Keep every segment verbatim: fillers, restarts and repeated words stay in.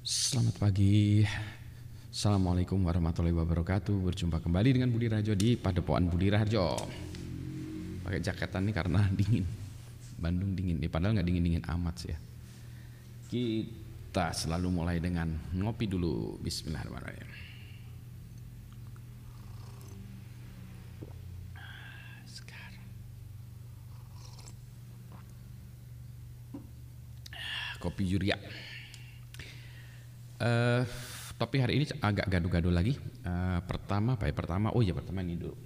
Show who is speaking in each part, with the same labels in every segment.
Speaker 1: Selamat pagi. Assalamualaikum warahmatullahi wabarakatuh. Berjumpa kembali dengan Budi Rajo di Padepokan Budi Rajo. Pakai jaketan nih karena dingin. Bandung dingin nih, padahal nggak dingin-dingin amat sih ya. Kita selalu mulai dengan ngopi dulu. Bismillahirrahmanirrahim. Sekarang. Kopi Yuria. Uh, tapi hari ini agak gaduh-gaduh lagi. Uh, pertama apa ya? Pertama, oh ya pertama ini dulu.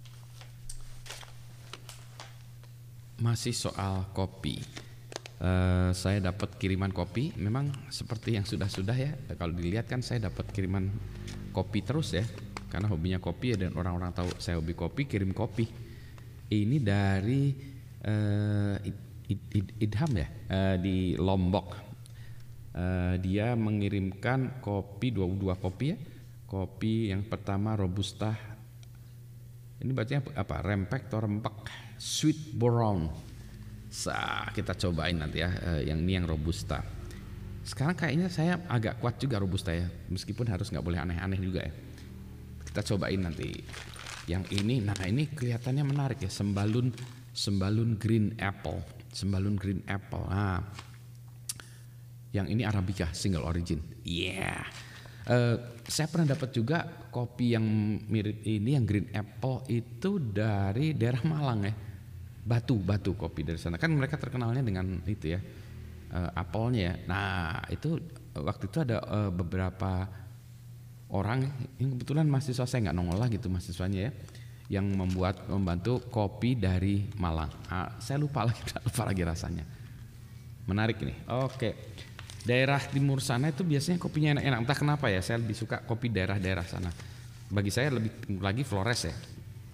Speaker 1: Masih soal kopi. Uh, saya dapat kiriman kopi. Memang seperti yang sudah-sudah ya. Kalau dilihat kan saya dapat kiriman kopi terus ya. Karena hobinya kopi ya, dan orang-orang tahu saya hobi kopi, kirim kopi. Ini dari uh, id, id, id, Idham ya, uh, di Lombok. Uh, dia mengirimkan kopi, dua puluh dua kopi ya. Kopi yang pertama Robusta. Ini bacanya apa? Rempek atau rempek? Sweet brown. Sa, kita cobain nanti ya. Uh, yang ini yang Robusta. Sekarang kayaknya saya agak kuat juga Robusta ya. Meskipun harus nggak boleh aneh-aneh juga ya. Kita cobain nanti. Yang ini, nah ini kelihatannya menarik ya. Sembalun, sembalun green apple. Sembalun green apple. Nah. Yang ini Arabica single origin. Iya. Yeah. Uh, saya pernah dapat juga kopi yang mirip ini, yang green apple itu dari daerah Malang ya. Batu, Batu kopi dari sana. Kan mereka terkenalnya dengan itu ya, uh, apelnya ya. Nah itu waktu itu ada uh, beberapa orang yang kebetulan mahasiswa, saya nggak nongol lah gitu mahasiswanya ya, yang membuat membantu kopi dari Malang. Uh, saya lupa lagi, lupa lagi rasanya. Menarik ini. Oke. Okay. Daerah timur sana itu biasanya kopinya enak-enak. Entah kenapa ya, saya lebih suka kopi daerah-daerah sana. Bagi saya lebih lagi Flores ya.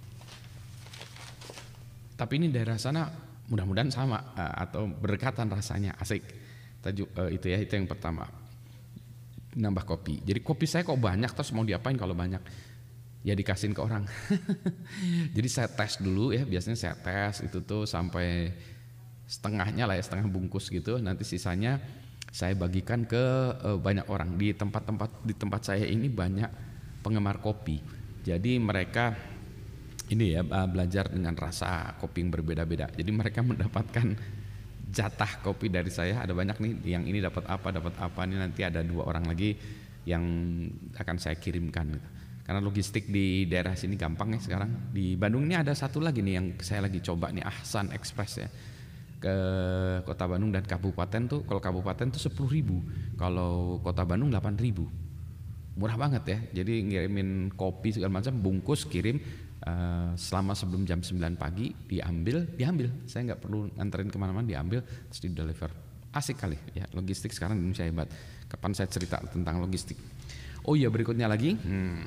Speaker 1: Tapi ini daerah sana mudah-mudahan sama atau berdekatan rasanya, asik. Tajuk uh, itu ya, itu yang pertama. Nambah kopi. Jadi kopi saya kok banyak, terus mau diapain kalau banyak? Ya dikasihin ke orang. Jadi saya tes dulu ya, biasanya saya tes itu tuh sampai setengahnya lah ya, setengah bungkus gitu. Nanti sisanya saya bagikan ke uh, banyak orang. Di tempat-tempat di tempat saya ini banyak penggemar kopi. Jadi mereka ini ya uh, belajar dengan rasa kopi yang berbeda-beda. Jadi mereka mendapatkan jatah kopi dari saya. Ada banyak nih, yang ini dapat apa, dapat apa. Ini nanti ada dua orang lagi yang akan saya kirimkan gitu. Karena logistik di daerah sini gampang ya sekarang. Di Bandung ini ada satu lagi nih yang saya lagi coba nih, Ahsan Express ya. Ke Kota Bandung dan kabupaten tuh, kalau kabupaten tuh sepuluh ribu, kalau Kota Bandung delapan ribu, murah banget ya. Jadi ngirimin kopi segala macam, bungkus kirim uh, selama sebelum jam sembilan pagi diambil, diambil. Saya nggak perlu nganterin kemana-mana, diambil terus di deliver. Asik kali ya, logistik sekarang di Indonesia hebat. Kapan saya cerita tentang logistik? Oh iya, berikutnya lagi, hmm.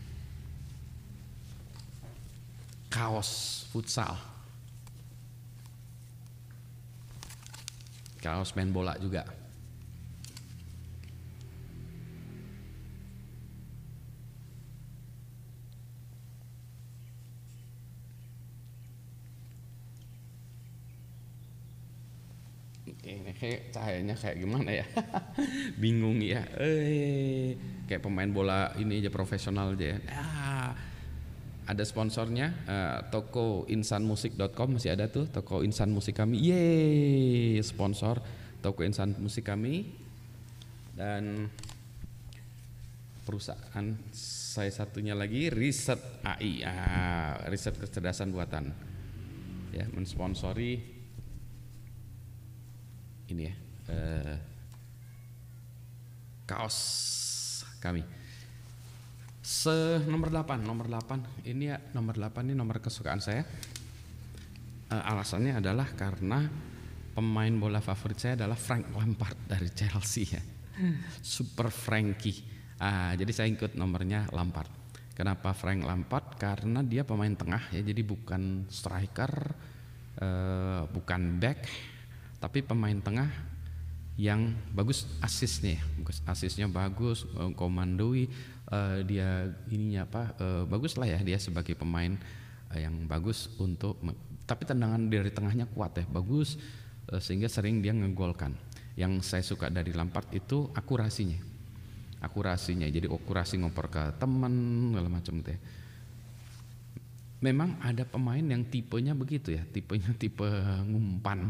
Speaker 1: kaos futsal. Kaos main bola juga. Ini kayak cahayanya kayak gimana ya? Bingung ya. Eh, kayak pemain bola ini aja, profesional aja ya. Ah, ada sponsornya, uh, toko insanmusik dot com masih ada tuh, toko Insan Musik kami. Yeay, sponsor toko Insan Musik kami. Dan perusahaan saya satunya lagi Riset A I, ah, riset kecerdasan buatan. Ya, mensponsori ini ya, uh, kaos kami. Se nomor delapan, nomor delapan ini ya, nomor delapan ini nomor kesukaan saya. E, alasannya adalah karena pemain bola favorit saya adalah Frank Lampard dari Chelsea ya. Super Frankie. Ah, jadi saya ikut nomornya Lampard. Kenapa Frank Lampard? Karena dia pemain tengah ya, jadi bukan striker, e, bukan back, tapi pemain tengah yang bagus asisnya, asisnya bagus, komandoi, uh, dia ininya apa, uh, bagus lah ya, dia sebagai pemain uh, yang bagus untuk, tapi tendangan dari tengahnya kuat ya, bagus, uh, sehingga sering dia ngegolkan. Yang saya suka dari Lampard itu akurasinya. akurasinya. Jadi akurasi ngoper ke teman segala macam gitu ya. Memang ada pemain yang tipenya begitu ya, tipenya tipe ngumpan.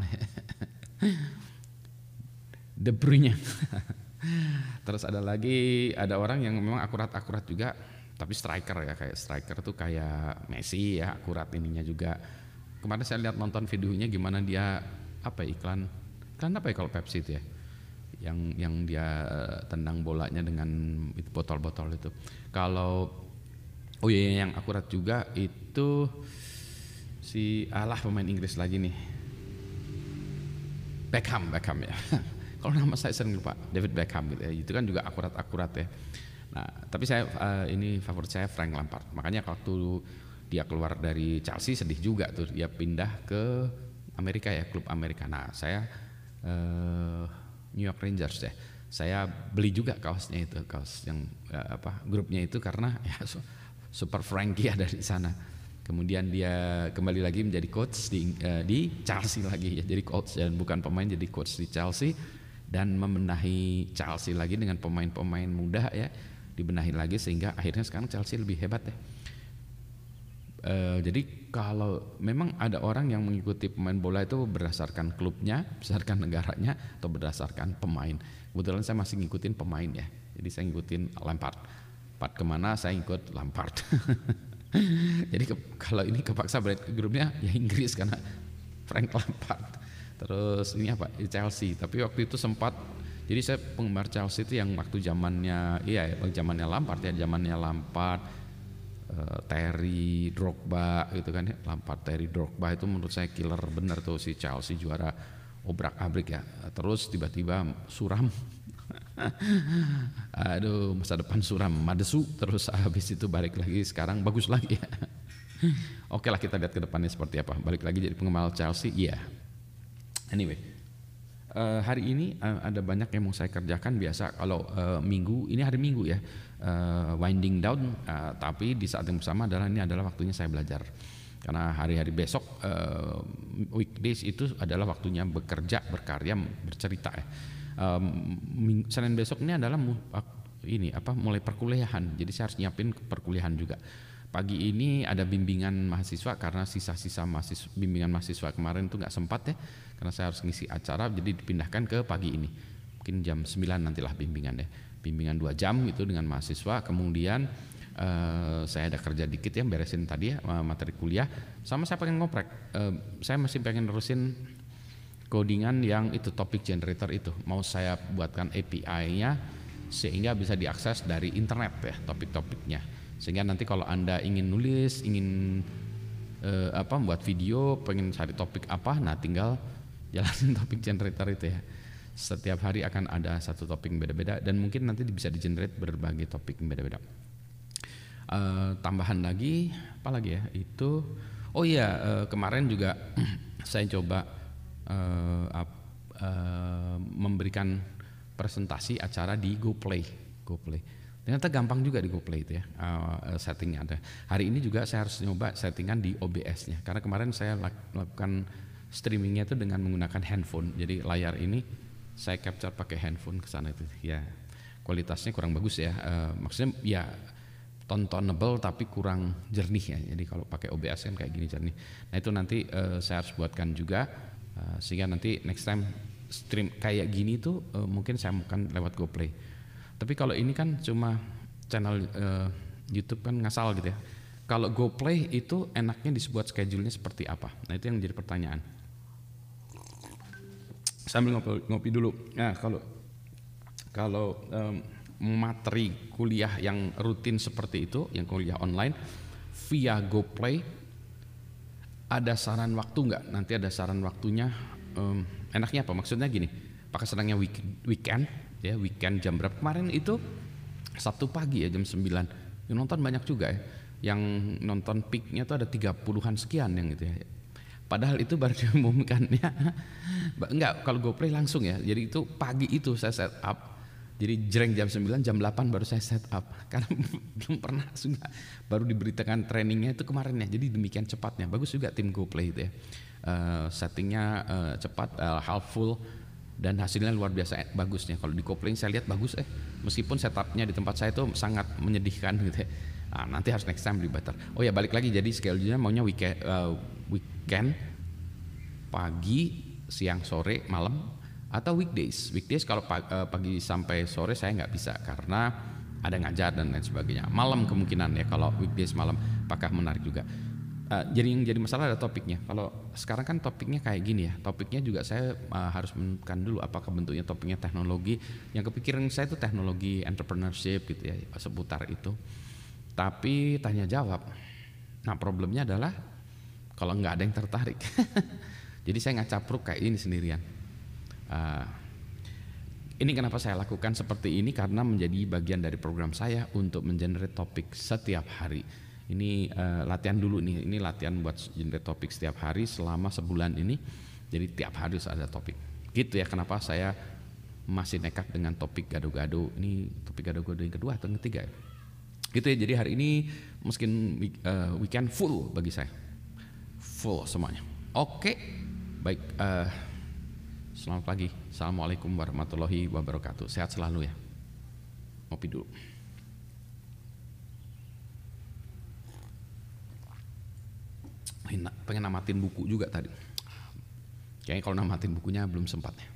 Speaker 1: De Bruyne. Terus ada lagi ada orang yang memang akurat-akurat juga, tapi striker ya, kayak striker tuh kayak Messi ya, akurat ininya juga. Kemarin saya lihat nonton videonya gimana dia apa ya, iklan iklan apa ya kalau Pepsi itu ya, yang yang dia tendang bolanya dengan itu botol-botol itu. Kalau oh iya, yang akurat juga itu si alah pemain Inggris lagi nih, Beckham, Beckham ya. Kalau nama saya sering lupa, David Beckham gitu ya. Itu kan juga akurat-akurat ya. Nah, tapi saya uh, ini favorit saya Frank Lampard. Makanya waktu dia keluar dari Chelsea sedih juga tuh, dia pindah ke Amerika ya, klub Amerika. Nah, saya uh, New York Rangers ya. Saya beli juga kaosnya itu, kaos yang uh, apa grupnya itu karena ya so, Super Frankie ada di sana. Kemudian dia kembali lagi menjadi coach di, uh, di Chelsea lagi ya. Jadi coach dan bukan pemain, jadi coach di Chelsea dan membenahi Chelsea lagi dengan pemain-pemain muda ya. Dibenahi lagi sehingga akhirnya sekarang Chelsea lebih hebat ya. Uh, jadi kalau memang ada orang yang mengikuti pemain bola itu berdasarkan klubnya, berdasarkan negaranya, atau berdasarkan pemain. Kebetulan saya masih ngikutin pemain ya. Jadi saya ngikutin Lampard. Lampard kemana saya ikut Lampard. Jadi ke, kalau ini kepaksa berarti grupnya ya Inggris karena Frank Lampard. Terus ini apa Chelsea. Tapi waktu itu sempat, jadi saya penggemar Chelsea itu yang waktu zamannya iya zamannya Lampard ya, zamannya Lampard, uh, Terry, Drogba gitu kan ya. Lampard, Terry, Drogba itu menurut saya killer bener tuh si Chelsea, juara obrak-abrik ya. Terus tiba-tiba suram. Aduh, masa depan suram, madesu, terus habis itu balik lagi sekarang bagus lagi ya. Oke lah, kita lihat ke depannya seperti apa. Balik lagi jadi penggemar Chelsea, iya. Yeah. Anyway, uh, hari ini uh, ada banyak yang mau saya kerjakan. Biasa kalau uh, minggu, ini hari Minggu ya, uh, winding down. Uh, tapi di saat yang bersama adalah ini adalah waktunya saya belajar. Karena hari-hari besok uh, weekdays itu adalah waktunya bekerja, berkarya, bercerita ya. Um, Senin besok ini adalah ini apa mulai perkuliahan, jadi saya harus nyiapin perkuliahan juga. Pagi ini ada bimbingan mahasiswa karena sisa-sisa mahasiswa, bimbingan mahasiswa kemarin tuh nggak sempat ya, karena saya harus ngisi acara, jadi dipindahkan ke pagi ini. Mungkin jam sembilan nantilah bimbingan deh, bimbingan dua jam itu dengan mahasiswa. Kemudian uh, saya ada kerja dikit ya, beresin tadi ya materi kuliah. Sama saya pengen ngoprek, uh, saya masih pengen nerusin codingan yang itu topic generator itu mau saya buatkan A P I-nya sehingga bisa diakses dari internet ya topik-topiknya, sehingga nanti kalau Anda ingin nulis, ingin eh, apa buat video, pengen cari topik apa, nah tinggal jalanin topik generator itu ya. Setiap hari akan ada satu topik beda-beda dan mungkin nanti bisa di-generate berbagai topik beda-beda. Uh, tambahan lagi apa lagi ya itu, oh iya uh, kemarin juga saya coba Uh, uh, memberikan presentasi acara di GoPlay. GoPlay. Ternyata gampang juga di GoPlay itu ya, uh, settingnya ada. Hari ini juga saya harus nyoba settingan di O B S-nya, karena kemarin saya lakukan streamingnya itu dengan menggunakan handphone. Jadi layar ini saya capture pakai handphone ke sana itu. Ya kualitasnya kurang bagus ya. Uh, maksudnya ya tontonable tapi kurang jernih ya. Jadi kalau pakai O B S kan kayak gini jernih. Nah itu nanti uh, saya harus buatkan juga. Uh, sehingga nanti next time stream kayak gini tuh uh, mungkin saya akan lewat GoPlay. Tapi kalau ini kan cuma channel uh, YouTube kan ngasal gitu ya. Kalau GoPlay itu enaknya dibuat schedule-nya seperti apa? Nah itu yang menjadi pertanyaan. Sambil ngopi, ngopi dulu. Nah kalau kalau um, materi kuliah yang rutin seperti itu, yang kuliah online via GoPlay, ada saran waktu nggak? Nanti ada saran waktunya. Um, enaknya apa? Maksudnya gini, pakai senangnya week, weekend, ya weekend jam berapa? Kemarin itu Sabtu pagi ya jam sembilan. Yang nonton banyak juga ya. Yang nonton peaknya tuh ada tiga puluhan sekian yang gitu ya. Padahal itu baru diumumkannya. Enggak, kalau GoPlay langsung ya. Jadi itu pagi itu saya set up. Jadi jreng jam sembilan, jam delapan baru saya set up. Karena belum pernah juga, baru diberitakan trainingnya itu kemarin ya. Jadi demikian cepatnya. Bagus juga tim GoPlay itu ya. Uh, settingnya uh, cepat, uh, helpful. dan hasilnya luar biasa bagusnya. Kalau di kopling saya lihat bagus eh meskipun setupnya di tempat saya itu sangat menyedihkan gitu ya. Nah, nanti harus next time di better. Oh ya balik lagi, jadi schedule-nya maunya weekend, uh, weekend pagi, siang, sore, malam, atau weekdays. Weekdays kalau pagi, uh, pagi sampai sore saya nggak bisa karena ada ngajar dan lain sebagainya. Malam kemungkinan ya, kalau weekdays malam, apakah menarik juga. Uh, jadi yang jadi masalah ada topiknya. Kalau sekarang kan topiknya kayak gini ya, topiknya juga saya uh, harus menentukan dulu apakah bentuknya topiknya teknologi. Yang kepikiran saya itu teknologi entrepreneurship gitu ya, seputar itu. Tapi tanya jawab. Nah problemnya adalah kalau nggak ada yang tertarik. Jadi saya nggak capruk kayak ini sendirian. Uh, ini kenapa saya lakukan seperti ini, karena menjadi bagian dari program saya untuk mengenerate topik setiap hari. Ini uh, latihan dulu nih, ini latihan buat generate topik setiap hari selama sebulan ini. Jadi tiap hari harus ada topik. Gitu ya kenapa saya masih nekat dengan topik gado-gado. Ini topik gado-gado yang kedua atau yang ketiga ya? Gitu ya, jadi hari ini mungkin uh, weekend full bagi saya, full semuanya. Oke, baik. Uh, selamat pagi, assalamualaikum warahmatullahi wabarakatuh. Sehat selalu ya. Ngopi dulu. Pengen namatin buku juga tadi. Kayaknya kalau namatin bukunya belum sempat ya.